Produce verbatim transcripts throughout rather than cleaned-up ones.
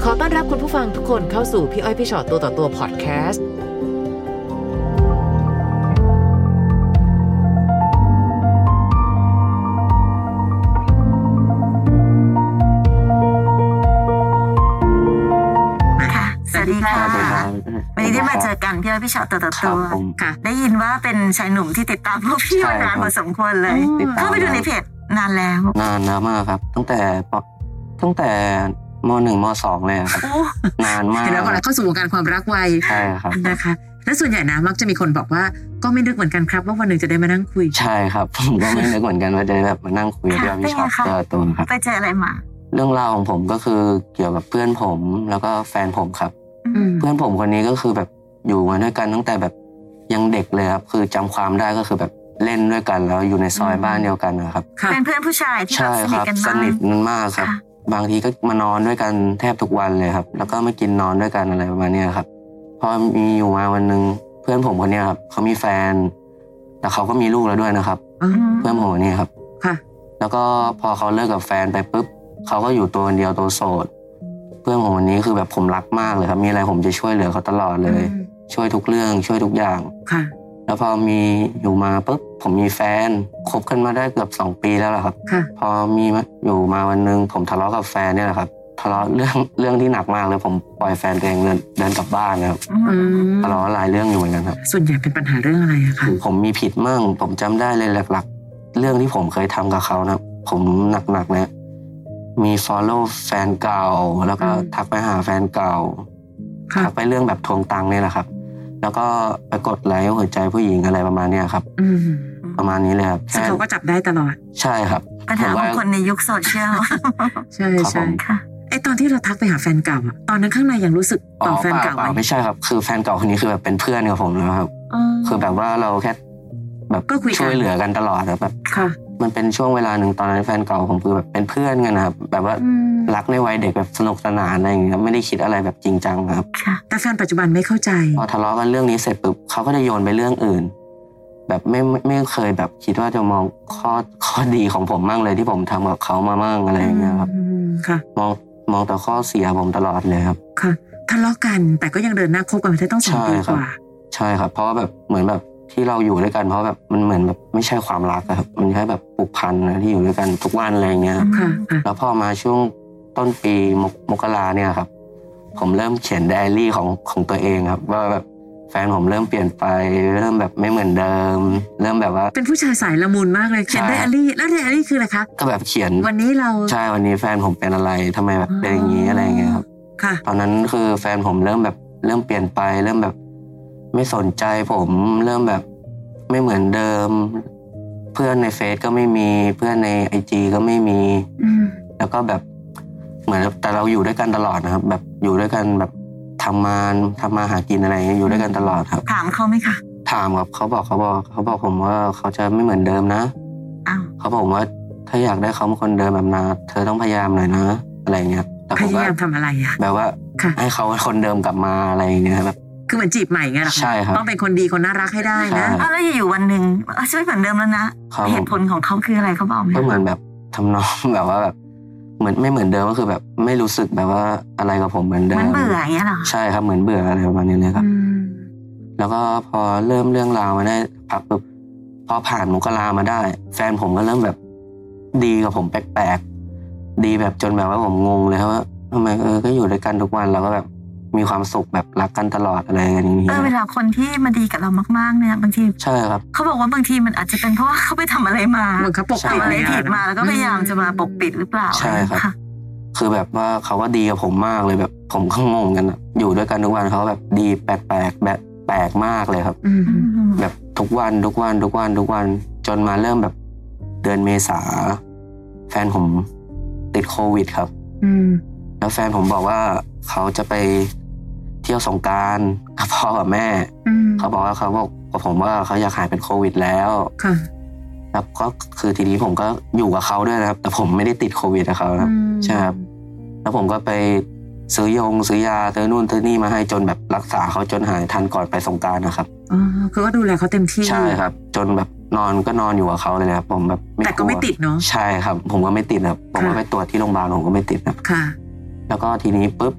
ขอต้อนรับคุณผู้ฟังทุกคนเข้าสู่พี่อ้อยพี่ชอตตัวต่อตัวพอดแคสต์สวัสดีค่ะวันนี้ได้มาเจอกันพี่อ้อยพี่ชอตตัวต่อตัวค่ะได้ยินว่าเป็นชายหนุ่มที่ติดตามพวกพี่มานานพอสมควรเลยเข้าไปดูในเพจนานแล้วนานแล้วมากครับตั้งแต่ตั้งแต่ม.หนึ่ง ม.สอง เลยครับนานมากแล้วก็เข้าสู่วงการความรักวัยใช่ครับนะคะและส่วนใหญ่นะมักจะมีคนบอกว่าก็ไม่นึกเหมือนกันครับว่าวันหนึ่งจะได้มานั่งคุยใช่ครับผมก็ไม่นึกเหมือนกันว่าจะแบบมานั่งคุยกับพี่ชอตตัวตนครับไปเจออะไรมาเรื่องราวของผมก็คือเกี่ยวกับเพื่อนผมแล้วก็แฟนผมครับเพื่อนผมคนนี้ก็คือแบบอยู่มาด้วยกันตั้งแต่แบบยังเด็กเลยครับคือจำความได้ก็คือแบบเล่นด้วยกันแล้วอยู่ในซอยบ้านเดียวกันนะครับเป็นเพื่อนผู้ชายที่แบบสนิทกันมากสนิทมากครับบางทีก็มานอนด้วยกันแทบทุกวันเลยครับแล้วก็มากินนอนด้วยกันอะไรประมาณนี้ครับพอมีอยู่มาวันนึงเพื่อนผมคนนี้ครับเขามีแฟนแต่เขาก็มีลูกแล้วด้วยนะครับเพื่อนผมคนนี้ครับแล้วก็พอเขาเลิกกับแฟนไปปุ๊บเขาก็อยู่ตัวคนเดียวตัวโสดเพื่อนผมคนนี้คือแบบผมรักมากเลยครับมีอะไรผมจะช่วยเหลือเขาตลอดเลยช่วยทุกเรื่องช่วยทุกอย่างแล้วพอมีอยู่มาปุ๊บผมมีแฟนคบกันมาได้เกือบสองปีแล้วแหละครับพอมีอยู่มาวันนึงผมทะเลาะกับแฟนเนี่ยแหละครับทะเลาะเรื่องเรื่องที่หนักมากเลยผมปล่อยแฟนตัวเองเดินเดินกลับบ้านนะครับทะเลาะหลายเรื่องอยู่เหมือนกันครับส่วนใหญ่เป็นปัญหาเรื่องอะไรอะคะผมมีผิดมั่งผมจำได้เลยหลักๆเรื่องที่ผมเคยทำกับเขานะผมหนักๆเลยมี follow แฟนเก่าแล้วก็ทักไปหาแฟนเก่าทักไปเรื่องแบบทวงตังค์นี่แหละครับแล้วก็ไปกดไลค์หัวใจผู้หญิงอะไรประมาณนี้ครับประมาณนี้เลยครับซึ่งเขาก็จับได้ตลอดใช่ครับปัญหาของคนในยุคโซเชียลใช่ใช่ค่ะไอตอนที่เราทักไปหาแฟนเก่าอะตอนนั้นข้างในยังรู้สึกต่อแฟนเก่าไหมไม่ใช่ครับคือแฟนเก่าคนนี้คือแบบเป็นเพื่อนกับผมนะครับคือแบบว่าเราแค่แบบช่วยเหลือกันตลอดแบบมันเป็นช่วงเวลาหนึ่งตอนนั้นแฟนเก่าผมคือแบบเป็นเพื่อนกันนะครับแบบว่ารักในวัยเด็กแบบสนุกสนานอะไรอย่างเงี้ยไม่ได้คิดอะไรแบบจริงจังครับแต่แฟนปัจจุบันไม่เข้าใจพอทะเลาะกันเรื่องนี้เสร็จปุ๊บเขาก็จะโยนไปเรื่องอื่นแบบไม่ไม่เคยแบบคิดว่าจะมองข้อข้อดีของผมมั่งเลยที่ผมทำกับเขามามั่งอะไรอย่างเงี้ยครับมองมองแต่ข้อเสียผมตลอดเลยครับค่ะทะเลาะกันแต่ก็ยังเดินหน้าคบกันมาได้ต้องสองปีกว่าใช่ครับเพราะว่าแบบเหมือนแบบที่เราอยู่ด้วยกันเพราะแบบมันเหมือนแบบไม่ใช่ความรักครับมันแค่แบบผูกพันนะที่อยู่ด้วยกันทุกวันอะไรอย่างเงี้ยแล้วพอมาช่วงต้นปีมกราเนี่ยครับผมเริ่มเขียนไดอารี่ของของตัวเองครับว่าแบบแฟนผมเริ่มเปลี่ยนไปเริ่มแบบไม่เหมือนเดิมเริ่มแบบว่าเป็นผู้ชายสายละมุนมากเลยเขียนไดอารี่แล้วไดอารี่คืออะไรคะก็แบบเขียนวันนี้เราใช่วันนี้แฟนผมเป็นอะไรทำไมแบบเป็นอย่างนี้อะไรอย่างเงี้ยครับตอนนั้นคือแฟนผมเริ่มแบบเริ่มเปลี่ยนไปเริ่มแบบไม่สนใจผมเริ่มแบบไม่เหมือนเดิมเพื่อนในเฟซก็ไม่มีเพื่อนในไอจีก็ไม่มีแล้วก็แบบเหมือนแต่เราอยู่ด้วยกันตลอดนะครับแบบอยู่ด้วยกันแบบทำงานทำมาหากินอะไรอย่างเงี้ยอยู่ด้วยกันตลอดครับถามเขาไหมคะถามครับเขาบอกเขาบอกเขาบอกผมว่าเขาจะไม่เหมือนเดิมนะอ้าวเขาบอกว่าถ้าอยากได้เขาเป็นคนเดิมแบบนั้นเธอต้องพยายามหน่อยนะอะไรเงี้ยพยายามทำอะไรอะแบบว่าให้เขาคนเดิมกลับมาอะไรอย่างเงี้ยแบบคือเหมือนจีบใหม่ไงล่ะใช่ครับต้องเป็นคนดีคนน่ารักให้ได้นะอ้าวแล้วอยู่วันหนึ่งช่วยเหมือนเดิมแล้วนะเหตุผลของเขาคืออะไรเขาบอกไหมก็เหมือนแบบทำนองแบบว่าแบบเหมือนไม่เหมือนเดิมก็คือแบบไม่รู้สึกแบบว่าอะไรกับผมเหมือนเดิมมันเบื่ออย่างเงี้ยหรอใช่ครับเหมือนเบื่ออะไรประมาณนี้เลยครับแล้วก็พอเริ่มเรื่องราวมาได้พักปุ๊บพอผ่านมกรามาได้แฟนผมก็เริ่มแบบดีกับผมแปลกๆดีแบบจนแบบว่าผมงงเลยครับว่าทำไมเออก็อยู่ด้วยกันทุกวันแล้วก็แบบมีความสุขแบบรักกันตลอดอะไรอย่างนี้เออเวลาคนที่มาดีกับเรามากๆเนี่ยบางทีใช่ครับเขาบอกว่าบางทีมันอาจจะเป็นเพราะว่าเขาไปทำอะไรมาเหมือนเขาปกปิดอะไรผิดมาแล้วก็พยายามจะมาปกปิดหรือเปล่าใช่ครับคือแบบว่าเขาก็ดีกับผมมากเลยแบบผมก็งงกันอยู่ด้วยกันทุกวันเขาแบบดีแปลกๆแบบแปลกมากเลยครับแบบทุกวันทุกวันทุกวันทุกวันจนมาเริ่มแบบเดือนเมษาแฟนผมติดโควิดครับแล้วแฟนผมบอกว่าเขาจะไปเที่ยวสงกรานต์กับพ่อกับแม่เขาบอกว่าเขาบอกกับผมว่าเขาอยากหายเป็นโควิดแล้วแล้วก็คือทีนี้ผมก็อยู่กับเขาด้วยนะครับแต่ผมไม่ได้ติดโควิดกับเขาครับใช่ครับแล้วผมก็ไปซื้อยงซื้อยาซื้อนู่นซื้อนี่มาให้จนแบบรักษาเขาจนหายทันก่อนไปสงกรานต์นะครับอ๋อคือก็ดูแลเขาเต็มที่ใช่ครับจนแบบนอนก็นอนอยู่กับเขาเลยครับผมแบบแต่ก็ไม่ติดเนาะใช่ครับผมก็ไม่ติดครับผมก็ไปตรวจที่โรงพยาบาลผมก็ไม่ติดครับค่ะแล้วก็ทีนี้ปุ๊บ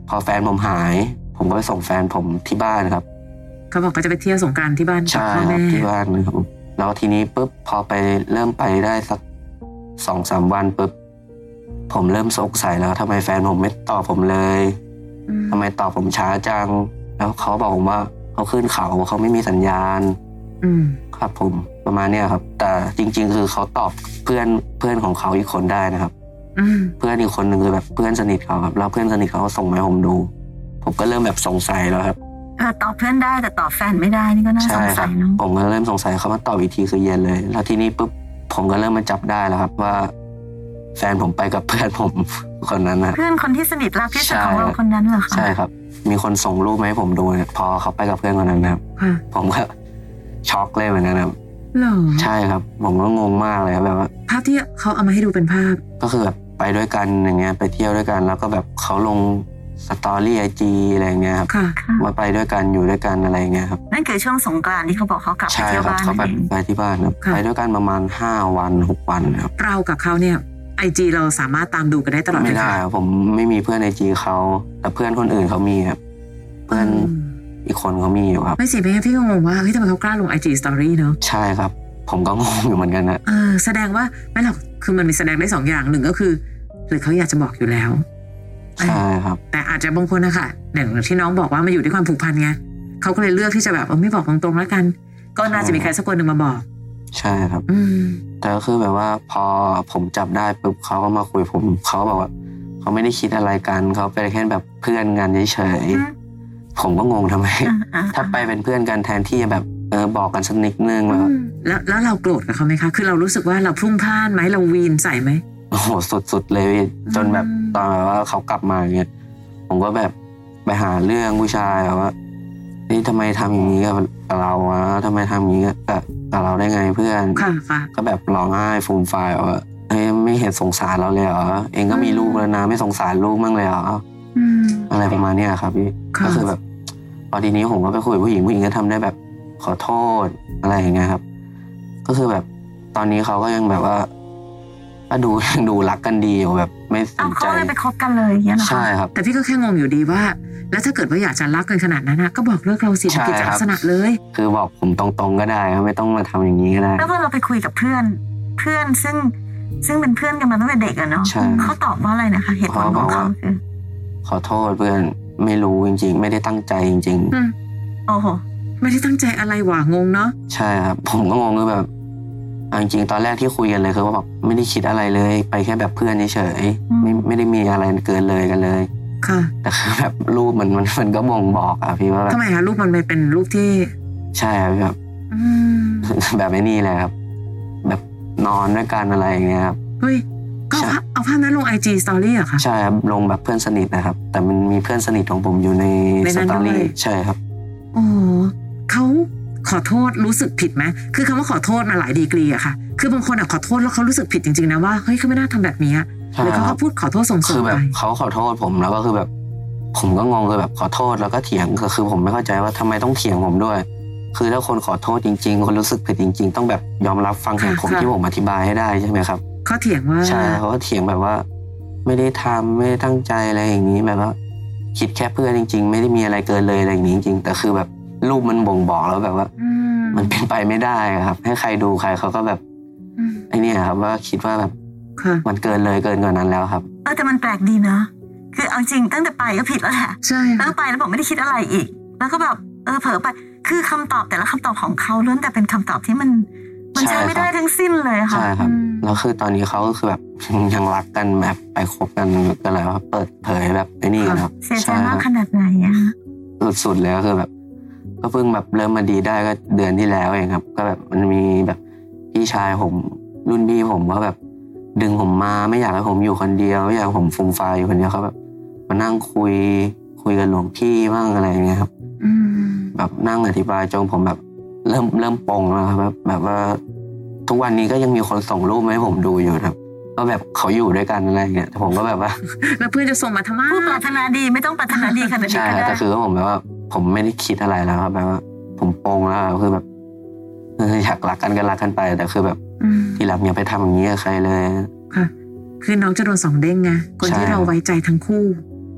พอแฟนผมหายผมก็ไปส่งแฟนผมที่บ้านครับเขาบอกเขาจะไปเที่ยวสงกรานต์ที่บ้านกับพ่อแม่ที่บ้านนะครับแล้วทีนี้ปุ๊บพอไปเริ่มไปได้สักสองสามวันปุ๊บผมเริ่มสงสัยแล้วทำไมแฟนผมไม่ตอบผมเลยทำไมตอบผมช้าจังแล้วเขาบอกผมว่าเขาขึ้นเขาเขาไม่มีสัญญาณครับผมประมาณนี้ครับแต่จริงๆคือเขาตอบเพื่อนเพื่อนของเขาอีกคนได้นะครับเพื่อนอีกคนหนึ่งคือแบบเพื่อนสนิทเขาครับแล้วเพื่อนสนิทเขาก็ส่งมาให้ผมดูผมก็เริ่มแบบสงสัยแล้วครับเออตอบเพื่อนได้แต่ตอบแฟนไม่ได้นี่ก็น่าสงสัยเนาะผมก็เริ่มสงสัยเขามาตอบอีกทีคือเย็นเลยแล้วทีนี้ปุ๊บผมก็เริ่มมาจับได้แล้วครับว่าแฟนผมไปกับเพื่อนผมคนนั้นนะเพื่อนคนที่สนิทรักที่สุดของเราคนนั้นเหรอคะใช่ครับมีคนส่งรูปมาให้ผมดูพอเขาไปกับเพื่อนคนนั้นนะครับผมก็ช็อกเลยเหมือนกันครับใช่ครับผมก็งงมากเลยครับแบบว่าภาพที่เขาเอามาให้ดูเป็นภาพก็คือแบบไปด้วยกันอย่างเงี้ยไปเที่ยวด้วยกันแล้วก็แบบเขาลงสตอรี่ไอจีอะไรเงี้ยครับว่าไปด้วยกันอยู่ด้วยกันอะไรเงี้ยครับนั่นคือช่วงสงกรานต์ที่เขาบอกเขากลับไปเที่ยวบ้านเขาไปไปที่บ้านครับไปด้วยกันประมาณห้าวันหกวันครับเรากับเขาเนี่ยไอจีเราสามารถตามดูกันได้ตลอดไม่ได้ผมไม่มีเพื่อนไอจีเขาแต่เพื่อนคนอื่นเขามีครับเพื่อนอีกคนเขามีอยู่ครับไม่สิไม่งั้นพี่ก็งงว่าเฮ้ยทำไมเขากล้าลงไอจีสตอรี่เนอะใช่ครับผมก็งงอยู่เหมือนกันนะเออแสดงว่าไม่หรอกคือมันมีแสดงได้สองอย่างหนึ่งก็คือหรือเขาอยากจะบอกอยู่แล้วใช่ครับแต่อาจจะบางคนนะคะอย่างที่น้องบอกว่ามาอยู่ด้วยความผูกพันไงเขาก็เลยเลือกที่จะแบบไม่บอกตรงๆแล้วกันก็น่าจะมีใครสักคนหนึ่งมาบอกใช่ครับอืมแต่ก็คือแบบว่าพอผมจับได้ปุ๊บเขาก็มาคุยผมเขาบอกว่าเขาไม่ได้คิดอะไรกันเขาเป็นแค่แบบเพื่อนกันเฉยๆผมก็งงทำไมถ้าไปเป็นเพื่อนกันแทนที่จะแบบเออบอกกันสักนิดนึงแล้วแล้วแล้วเราโกรธกับเขาไหมคะคือเรารู้สึกว่าเราพลุ่งพล่านไหมเราวีนใส่ไหมโอ้โหสุดๆเลยจนแบบตอนแบบว่าเขากลับมาอย่างเงี้ยผมก็แบบไปหาเรื่องผู้ชายว่านี่ทำไมทำอย่างนี้กับเราวะทำไมทำอย่างนี้กับกับเราได้ไงเพื่อนก็แบบร้องไห้ฟูมฟายว่าเฮ้ยไม่เห็นสงสารเราเลยเหรอเองก็มีลูกแล้วนะไม่สงสารลูกมั่งเลยเหรออะไรประมาณนี้ครับพี่ก็คือแบบพอทีนี้ผมก็ไปคุยกับผู้หญิงผู้หญิงก็ทำได้แบบขอโทษอะไรอย่างเงี้ยครับก็คือแบบตอนนี้เขาก็ยังแบบว่าก็ดูดูรักกันดีอยู่แบบไม่สนใจเขาเลยไปคบกันเลยอย่างเงี้ยนะคะใช่ครับแต่พี่ก็แค่งงอยู่ดีว่าแล้วถ้าเกิดว่าอยากจะรักกันขนาดนั้นนะก็บอกเลิกเราสิในกิจลักษณะเลยคือบอกผมตรงๆก็ได้ไม่ต้องมาทำอย่างนี้ก็ได้แล้วพอเราไปคุยกับเพื่อนเพื่อนซึ่งซึ่งเป็นเพื่อนกันมาตั้งแต่เด็กอะเนาะเขาตอบว่าอะไรนะคะเหตุผลของเขาคือขอโทษเพื่อนไม่รู้จริงๆไม่ได้ตั้งใจจริงๆโอ้โหไม่ได้ตั้งใจอะไรหว่างงเนาะใช่ครับผมก็งงคือแบบจริงๆตอนแรกที่คุยกันเลยคือว่าแบบไม่ได้คิดอะไรเลยไปแค่แบบเพื่อนเฉยๆไม่ไม่ได้มีอะไรเกินเลยกันเลยค่ะแต่คือแบบรูปมันมันมันก็บ่งบอกอะพี่ว่าแบบทำไมคะรูปมันเป็นรูปที่ใช่ครับแบบแบบไม่นี่เลยครับแบบนอนด้วยกันอะไรอย่างเงี้ยครับเฮ้ยก็เอาภาพนั้นลง ไอ จี Story เหรอคะใช่ครับลงแบบเพื่อนสนิทนะครับแต่มันมีเพื่อนสนิทของผมอยู่ใน Story ใช่ครับโอ้เขาขอโทษรู้สึกผิดไหมคือคำว่าขอโทษมาหลายดีกรีอะค่ะคือบางคนอะขอโทษแล้วเขารู้สึกผิดจริงๆนะว่าเฮ้ยเขาไม่น่าทำแบบนี้หรือเขาก็พูดขอโทษส่งๆไปคือแบบเขาขอโทษผมแล้วก็คือแบบผมก็งงเลยแบบขอโทษแล้วก็เถียงก็คือผมไม่เข้าใจว่าทำไมต้องเถียงผมด้วยคือถ้าคนขอโทษจริงๆคนรู้สึกผิดจริงๆต้องแบบยอมรับฟังเหตุผลที่ผมอธิบายให้ได้ใช่ไหมครับเขาเถียงว่าใช่เขาก็เถียงแบบว่าไม่ได้ทำไม่ได้ตั้งใจอะไรอย่างนี้แบบว่าคิดแค่เพื่อนจริงๆไม่ได้มีอะไรเกินเลยอะไรอย่างนี้จริงๆแต่คือแบบรูปมันบ่งบอกแล้วแบบว่ามันเป็นไปไม่ได้ครับให้ใครดูใครเขาก็แบบไอ้นี่ครับว่าคิดว่าแบบมันเกินเลยเกินกว่านั้นแล้วครับเออแต่มันแปลกดีนะคือเอาจริงตั้งแต่ไปก็ผิดแล้วแหละใช่ตั้งไปแล้วผมไม่ได้คิดอะไรอีกแล้วก็แบบเออเผลอไปคือคำตอบแต่ละคำตอบของเขาล้วนแต่เป็นคำตอบที่มันมันใช้ไม่ได้ทั้งสิ้นเลยค่ะใช่ครับแล้วคือตอนนี้เขาก็คือแบบยังรักกันแบบไปคบกันกันแล้วเปิดเผยแบบไอ้นี่ครับเสียใจมากขนาดไหนอะสุดๆเลยก็คือแบบก็เพิ่งแบบเริ่มมาดีได้ก็เดือนที่แล้วเองครับก็แบบมันมีแบบพี่ชายผมรุ่นพี่ผมก็แบบดึงผมมาไม่อยากให้ผมอยู่คนเดียวไม่อยากให้ผมฟุ้งไฟอยู่คนเดียวเขาแบบมานั่งคุยคุยกับหลวงพี่บ้างอะไรอย่างเงี้ยครับแบบนั่งอธิบายจนผมแบบเริ่มเริ่มปงแล้วครับแบบว่าทุกวันนี้ก็ยังมีคนส่งรูปมาให้ผมดูอยู่ครับก็แบบเขาอยู่ด้วยกันอะไรอย่างเงี้ยแต่ผมก็แบบว่าแล้วเพื่อนจะส่งมาทำไมผู้ปรารถนาดีไม่ต้องปรารถนาดีขนาดนี้ใช่แต่คือผมแบบว่าผมไม่ได้คิดอะไรแล้วครับแบบว่าผมปงแล้วคือแบบอยากรักกันก็รักกันไปแต่คือแบบที่รักอย่าไปทำอย่างนี้กับใครเลยค่ะคือน้องจะโดนสองเด้งไงคนที่เราไว้ใจทั้งคู่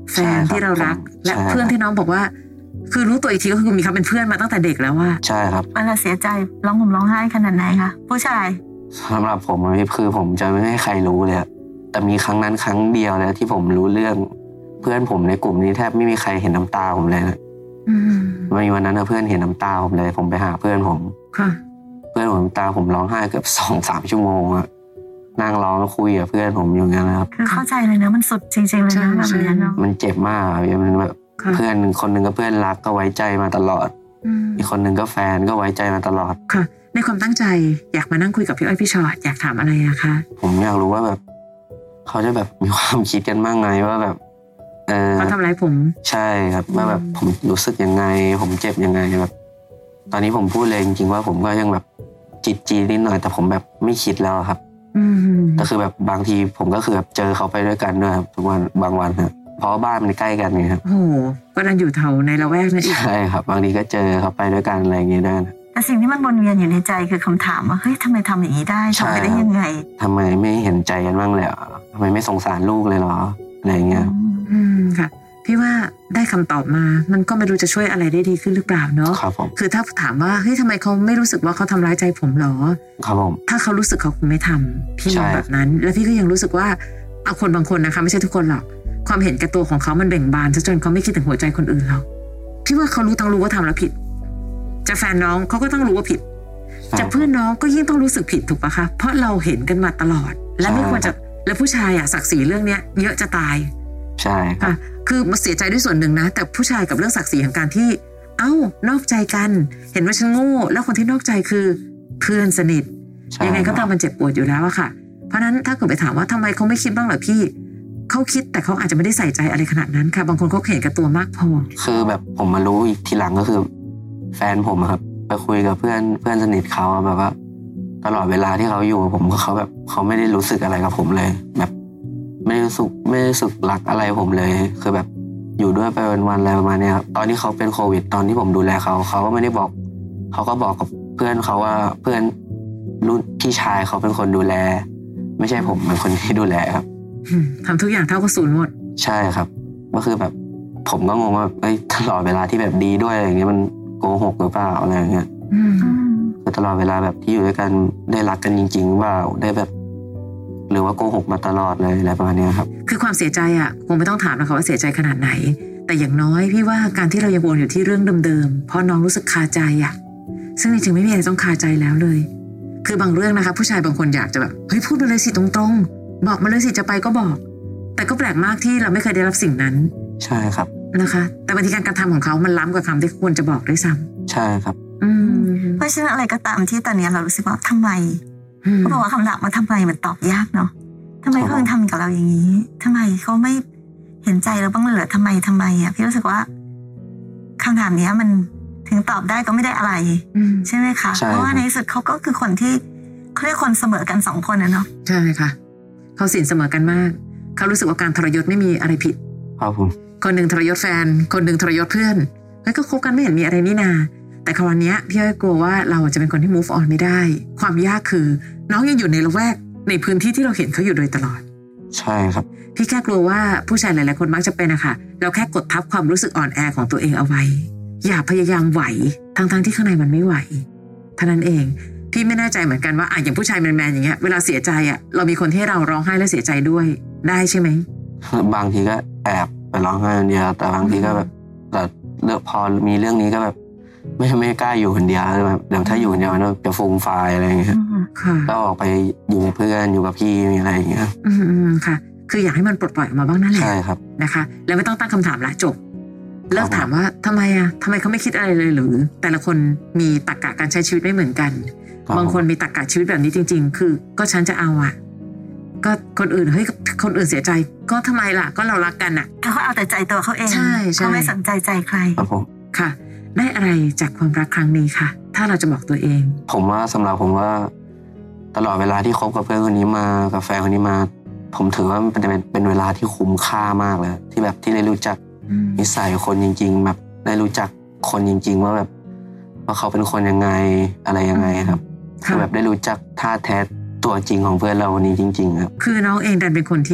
แฟนที่เรารักและเพื่อนที่น้องบอกว่าคือรู้ตัวอีกทีก็คือมีเขาเป็นเพื่อนมาตั้งแต่เด็กแล้วว่าใช่ครับเวลาเสียใจร้องห่มร้องไห้ขนาดไหนคะผู้ชายสำหรับผมคือผมจะไม่ให้ใครรู้เลยแต่มีครั้งนั้นครั้งเดียวเลยที่ผมรู้เรื่องเพื่อนผมในกลุ่มนี้แทบไม่มีใครเห็นน้ำตาผมเลยนะมีวันนั้นเพื่อนเห็นน้ำตาผมเลยผมไปหาเพื่อนผมเพื่อนผมน้ำตาผมร้องไห้เกือบสองสามชั่วโมงอะนั่งร้องคุยกับเพื่อนผมอยู่งั้นนะครับคือเข้าใจเลยนะมันสุดจริงๆเลยนะแบบนี้เนาะมันเจ็บมากมันแบบเพื่อนคนหนึ่งก็เพื่อนรักก็ไว้ใจมาตลอดอีกคนหนึ่งก็แฟนก็ไว้ใจมาตลอดค่ะในความตั้งใจอยากมานั่งคุยกับพี่อ้อยพี่ชอตอยากถามอะไรอะคะผมอยากรู้ว่าแบบเขาจะแบบมีความคิดกันบ้างไงว่าแบบเออเขาทำอะไรผมใช่ครับว่าแบบผมรู้สึกยังไงผมเจ็บยังไงแบบตอนนี้ผมพูดเลยจริงๆว่าผมก็ยังแบบจิตจีนิดหน่อยแต่ผมแบบไม่คิดแล้วครับก็คือแบบบางทีผมก็คือแบบเจอเขาไปด้วยกันด้วยครับทุกวันบางวันครับเพราะบ้านมันใกล้กันไงครับโอ้โหก็นั่นอยู่แถวในละแวกนั่นเองใช่ครับบางทีก็เจอเขาไปด้วยกันอะไรอย่างเงี้ยได้แต่สิ่งที่มันวนเวียนอยู่ในใจคือคำถามว่าเฮ้ยทำไมทำอย่างนี้ได้ทำไปได้ยังไงทำไมไม่เห็นใจกันบ้างเลยทำไมไม่สงสารลูกเลยเหรออะไรอย่างเงี้ยอืมค่ะพี่ว่าได้คำตอบมามันก็ไม่รู้จะช่วยอะไรได้ดีขึ้นหรือเปล่าเนาะครับผมคือถ้าถามว่าเฮ้ยทำไมเขาไม่รู้สึกว่าเขาทำร้ายใจผมหรอครับผมถ้าเขารู้สึกเขาคงไม่ทำพี่มองแบบนั้นแล้วพี่ก็ยังรู้สึกว่าเอาคนบางคนนะคะไม่ใช่ทุกคนหรอกความเห็นแก่ตัวของเขามันเบ่งบานซะจนเขาไม่คิดถึงหัวใจคนอื่นหรอกพี่ว่าเขารู้ต้องรู้ว่าทำแล้วผิดจะแฟนน้องเขาก็ต้องรู้ว่าผิดจะเพื่อนน้องก็ยิ่งต้องรู้สึกผิดถูกปะคะเพราะเราเห็นกันมาตลอดและไม่ควรจะแล้วผู้ชายอะศักดิ์ศรีเรื่องเนี้ยเยอะจะตายใช่ค่ะคือมาเสียใจด้วยส่วนหนึ่งนะแต่ผู้ชายกับเรื่องศักดิ์ศรีของการที่เอ้านอกใจกันเห็นว่าฉันโง่แล้วคนที่นอกใจคือเพื่อนสนิทยังไงก็ตามมันเจ็บปวดอยู่แล้วอะค่ะเพราะนั้นถ้าเกิดไปถามว่าทำไมเขาไม่คิดบ้างเหรอพี่เขาคิดแต่เขาอาจจะไม่ได้ใส่ใจอะไรขนาดนั้นค่ะบางคนเขาเห็นกับตัวมากพอคือแบบผมมารู้อีกทีหลังก็คือแฟนผมครับไปคุยกับเพื่อนเพื่อนสนิทเขาแบบว่าตลอดเวลาที่เขาอยู่กับผมเขาแบบเขาไม่ได้รู้สึกอะไรกับผมเลยแบบไม่รู้สึกไม่รู้สึกรักอะไรผมเลยคือแบบอยู่ด้วยไปวันๆอะไรประมาณนี้ครับตอนที่เขาเป็นโควิดตอนที่ผมดูแลเขาเขาก็ไม่ได้บอกเขาก็บอกกับเพื่อนเขาว่าเพื่อนรุ่นพี่ชายเขาเป็นคนดูแลไม่ใช่ผมเป็นคนที่ดูแลครับทำทุกอย่างเท่ากับศูนย์หมดใช่ครับก็คือแบบผมก็งงว่าเอ้ยตลอดเวลาที่แบบดีด้วยอะไรอย่างเงี้ยมันโกหกหรือเปล่าอะไรอย่างเงี้ยคือตลอดเวลาแบบที่อยู่ด้วยกันได้รักกันจริงๆหรือเปล่าได้แบบหรือว่าโกหกมาตลอดเลยอะไรประมาณนี้ครับคือความเสียใจอ่ะคงไม่ต้องถามนะคะว่าเสียใจขนาดไหนแต่อย่างน้อยพี่ว่าการที่เรายังวนอยู่ที่เรื่องเดิมๆเพราะน้องรู้สึกคาใจอ่ะซึ่งจริงๆไม่มีอะไรต้องคาใจแล้วเลยคือบางเรื่องนะคะผู้ชายบางคนอยากจะแบบเฮ้ยพูดมาเลยสิตรงๆบอกมาเลยสิจะไปก็บอกแต่ก็แปลกมากที่เราไม่เคยได้รับสิ่งนั้นใช่ครับนะคะแต่บางทีการกระทำของเขามันล้ำกว่าคำที่ควรจะบอกด้วยซ้ำใช่ครับอืมเพราะฉะนั้นอะไรก็ตามที่ตอนนี้เรารู้สึกว่าทำไมเขาบอกว่าคำถามว่าทำไมมันตอบยากเนาะทำไมเขาถึงทำกับเราอย่างนี้ทำไมเขาไม่เห็นใจเราบ้างเลยทำไมทำไมอ่ะพี่รู้สึกว่าคำถามนี้มันถึงตอบได้ก็ไม่ได้อะไรใช่ไหมคะเพราะว่าในสุดเขาก็คือคนที่เขาเรียกคนเสมอกันสองคนนะเนาะใช่ค่ะเขาสินเสมอกันมากเขารู้สึกว่าการทรยศไม่มีอะไรผิดครับผมคนหนึ่งทรยศแฟนคนหนึ่งทรยศเพื่อนเฮ้ยก็คบกันไม่เห็นมีอะไรนี่นาแต่คราวนี้พี่อ้อยกลัวว่าเราจะเป็นคนที่ move on ไม่ได้ความยากคือน้องยังอยู่ในละแวกในพื้นที่ที่เราเห็นเขาอยู่โดยตลอดใช่ครับพี่แค่กลัวว่าผู้ชายหลายๆคนมักจะเป็นนะคะเราแค่กดทับความรู้สึกอ่อนแอของตัวเองเอาไว้อย่าพยายามไหวทั้งๆที่ข้างในมันไม่ไหวเท่านั้นเองพี่ไม่แน่ใจเหมือนกันว่าอ่ะอย่างผู้ชายแมนๆอย่างเงี้ยเวลาเสียใจอ่ะเรามีคนที่เราร้องไห้และเสียใจด้วยได้ใช่ไหมบางทีก็แอบไปร้องไห้คนเดียวแต่บางทีก็แบบแต่เรื่องพอมีเรื่องนี้ก็แบบไม่ไม่กล้าอยู่คนเดียวแบบเดี๋ยวถ้าอยู่คนเดียวมันจะฟูมไฟอะไรอย่างเงี้ยก็ออกไปอยู่กับเพื่อนอยู่กับพี่อะไรอย่างเงี้ยอืมค่ะคืออยากให้มันปลดปล่อยออกมาบ้างนั่นแหละใช่ครับนะคะแล้วไม่ต้องตั้งคำถามละจบเลิกถามว่าทำไมอ่ะทำไมเขาไม่คิดอะไรเลยหรือแต่ละคนมีตรรกะการใช้ชีวิตไม่เหมือนกันบางคนมีตรรกะชีวิตแบบนี้จริงๆคือก็ฉันจะเอาอ่ะก็คนอื่นเฮ้ยคนอื่นเสียใจก็ทำไมล่ะก็เรารักกันอ่ะเขาเอาแต่ใจตัวเขาเองเขาไม่สนใจใจใครครับผมค่ะได้อะไรจากความรักครั้งนี้ค่ะถ้าเราจะบอกตัวเองผมว่าสำหรับผมว่าตลอดเวลาที่คบกับเพื่อนคนนี้มากับแฟนคนนี้มาผมถือว่ามันเป็นเป็นเวลาที่คุ้มค่ามากเลยที่แบบที่ได้รู้จักนิสัยคนจริงๆแบบได้รู้จักคนจริงๆว่าแบบว่าเขาเป็นคนยังไงอะไรยังไงครับคือแบบได้รู้จักท่าแท้ตัวจริงของเพื่อนเราวันนี้จริงๆครับคือน้องเองดันเป็นคนที่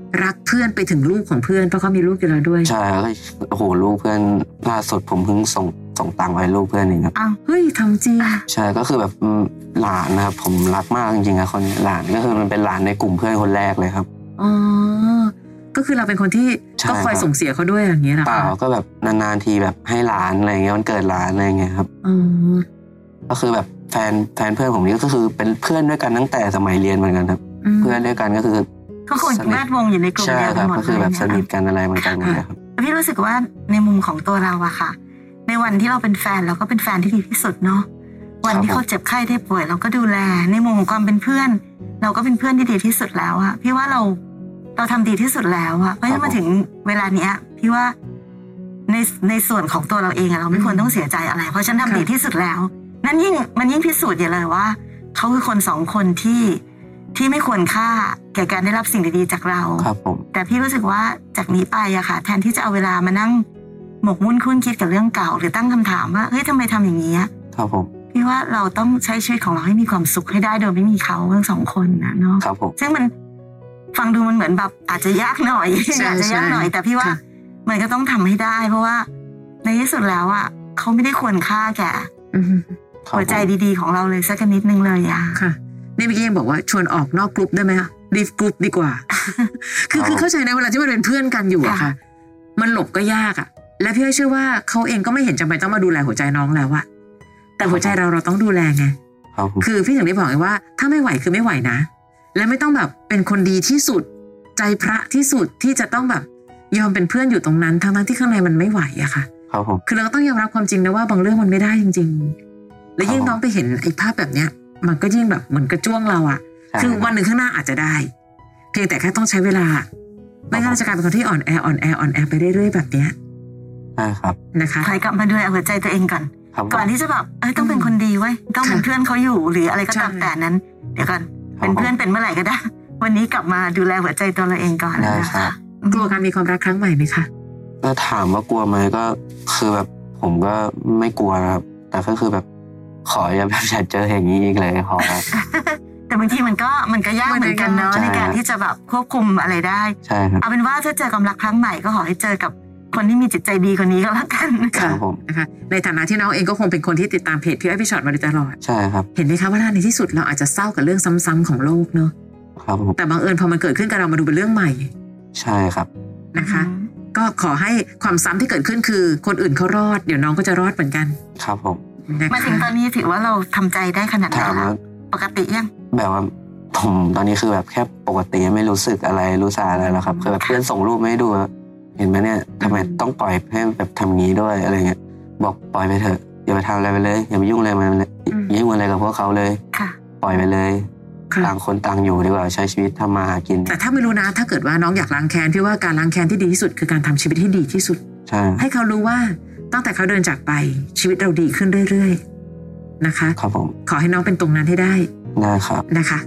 รักเพื่อนไปถึงลูกของเพื่อนเพราะเขามีลูกอยู่แล้วด้วยใช่โอ้โหลูกเพื่อนล่าสุดผมเพิ่งส่งส่งตังค์ไปลูกเพื่อนเองครับอ้าวเฮ้ยทำจริงใช่ก็คือแบบหลานนะครับผมรักมากจริงๆนะคนหลานก็คือมันเป็นหลานในกลุ่มเพื่อนคนแรกเลยครับอ๋อก็คือเราเป็นคนที่ก็คอยส่งเสียเขาด้วยอย่างเงี้ยหรอเปล่าก็แบบนานๆทีแบบให้หลานอะไรเงี้ยมันเกิดหลานอะไรเงี้ยครับอ๋อก็คือแบบแฟนแฟนเพื่อนผมนี่ก็คือเป็นเพื่อนด้วยกันตั้งแต่สมัยเรียนเหมือนกันครับเพื่อนด้วยกันก็คือเขาคนแวดวงอยู่ในกลุ่มเดียวกันหมดเลยก็คือแบบสนิทกันอะไรเหมือนกันนะครับพี่รู้สึกว่าในมุมของตัวเราอะค่ะในวันที่เราเป็นแฟนเราก็เป็นแฟนที่ดีที่สุดเนาะวันที่เขาเจ็บไข้ได้ป่วยเราก็ดูแลในมุมของความเป็นเพื่อนเราก็เป็นเพื่อนที่ดีที่สุดแล้วอะพี่ว่าเราเราทำดีที่สุดแล้วอะเพราะฉะนั้นมาถึงเวลาเนี้ยพี่ว่าในในส่วนของตัวเราเองอะเราไม่ควรต้องเสียใจอะไรเพราะฉันทำดีที่สุดแล้วนั่นยิ่งมันยิ่งพิสูจน์อย่างเลยว่าเขาคือคนสองคนที่ที่ไม่ควรค่าแก่การได้รับสิ่งดีๆจากเราครับผมแต่พี่รู้สึกว่าจากนี้ไปอะค่ะแทนที่จะเอาเวลามานั่งหมกมุ่นคุ้นคิดกับเรื่องเก่าหรือตั้งคำถามว่าเฮ้ยทำไมทำอย่างนี้ครับผมพี่ว่าเราต้องใช้ชีวิตของเราให้มีความสุขให้ได้โดยไม่มีเขาทั้งสองคนนะเนาะครับผมซึ่งมันฟังดูมันเหมือนแบบอาจจะยากหน่อยอาจจะยากหน่อยแต่พี่ว่ามันก็ต้องทำให้ได้เพราะว่าในที่สุดแล้วอะเขาไม่ได้ควรค่าแก่หัวใจดีๆของเราเลยสักนิดนึงเลยอะค่ะนี่เมื่อกี้ยังบอกว่าชวนออกนอกกลุ่มได้ไหมคะลีฟกลุ่มดีกว่า คือคือเข้าใจนะเวลาที่มันเป็นเพื่อนกันอยู่อะค่ะมันหลบก็ยากอะและพี่เชื่อว่าเขาเองก็ไม่เห็นจำเป็นต้องมาดูแลหัวใจน้องแล้วอะแต่หัวใจเราเราต้องดูแลไงคือพี่ถึงได้บอกไงว่าถ้าไม่ไหวคือไม่ไหวนะและไม่ต้องแบบเป็นคนดีที่สุดใจพระที่สุดที่จะต้องแบบยอมเป็นเพื่อนอยู่ตรงนั้นทั้งๆที่ข้างในมันไม่ไหวอะค่ะคือเราก็ต้องยอมรับความจริงนะว่าบางเรื่องมันไม่ได้จริงๆและยิ่งน้องไปเห็นไอ้ภาพแบบเนี้ยมันก็ยิ่งแบบเหมือนกระจ้วงเราอะคือวันหนึ่งข้างหน้าอาจจะได้เพียงแต่แค่ต้องใช้เวลาไม่งั้นเราจะกลายเป็นคนที่อ่อนแออ่อนแออ่อนแอไปเรื่อยๆแบบเนี้ยใช่ครับนะคะถอยกลับมาด้วยเอาหัวใจตัวเองก่อนก่อนที่จะแบบเอ้ยต้องเป็นคนดีไว้ต้องเป็นเพื่อนเขาอยู่หรืออะไรก็ตามแต่นั้นเดี๋ยวก่อนเป็นเพื่อนเป็นเมื่อไหร่ก็ได้วันนี้กลับมาดูแลหัวใจตัวเราเองก่อนนะคะกลัวการมีความรักครั้งใหม่ไหมคะถ้าถามว่ากลัวไหมก็คือแบบผมก็ไม่กลัวนะครับแต่ก็คือแบบขออย่าแบบเจออย่างนี้อีกเลยขอแต่บางทีมันก็มันก็ยากเหมือนกันเนาะในการที่จะแบบควบคุมอะไรได้ใช่ครับเอาเป็นว่าถ้าเจอความรักครั้งใหม่ก็ขอให้เจอกับคนที่มีจิตใจดีคนนี้ก็แล้วกันค่ะนะคะในฐานะที่น้องเองก็คงเป็นคนที่ติดตามเพจพี่อ้อยพี่ชอตมาโดยตลอดใช่ครับเห็นไหมคะว่าในที่สุดเราอาจจะเศร้ากับเรื่องซ้ำๆของโลกเนาะครับผมแต่บังเอิญพอมันเกิดขึ้นกับเรามาดูเป็นเรื่องใหม่ใช่ครับนะคะก็ขอให้ความซ้ำที่เกิดขึ้นคือคนอื่นเขารอดเดี๋ยวน้องก็จะรอดเหมือนกันครับผมมาถึงตอนนี้ถือว่าเราทำใจได้ขนาดไหนแล้วปกติยังแบบว่าผมตอนนี้คือแบบแค่ปกติไม่รู้สึกอะไรรู้สาอะไรแล้วครับคือแบบเพื่อนส่งรูปมาให้ดูเห็นไหมเนี่ยทำไมต้องปล่อยให้แบบทำงี้ด้วยอะไรเงี้ยบอกปล่อยไปเถอะอย่าไปทำอะไรไปเลยอย่าไปยุ่งอะไรมันเลยยุ่งอะไรกับพวกเขาเลยปล่อยไปเลยต่างคนต่างอยู่ดีกว่าใช้ชีวิตทำมาหากินแต่ถ้าไม่รู้นะถ้าเกิดว่าน้องอยากล้างแค้นพี่ว่าการล้างแค้นที่ดีที่สุดคือการทำชีวิตให้ดีที่สุดใช่ให้เขารู้ว่าตั้งแต่เขาเดินจากไปชีวิตเราดีขึ้นเรื่อยๆนะคะครับผมขอให้น้องเป็นตรงนั้นให้ได้ได้ครับนะคะ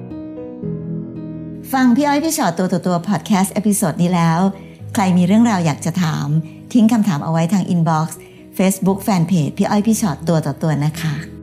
ฟังพี่อ้อยพี่ชอตตัวต่อตัวพอดแคสต์เอพิโซดนี้แล้วใครมีเรื่องราวอยากจะถามทิ้งคำถามเอาไว้ทางอินบ็อกซ์ Facebook Fanpage พี่อ้อยพี่ชอตตัวต่อตัวนะคะ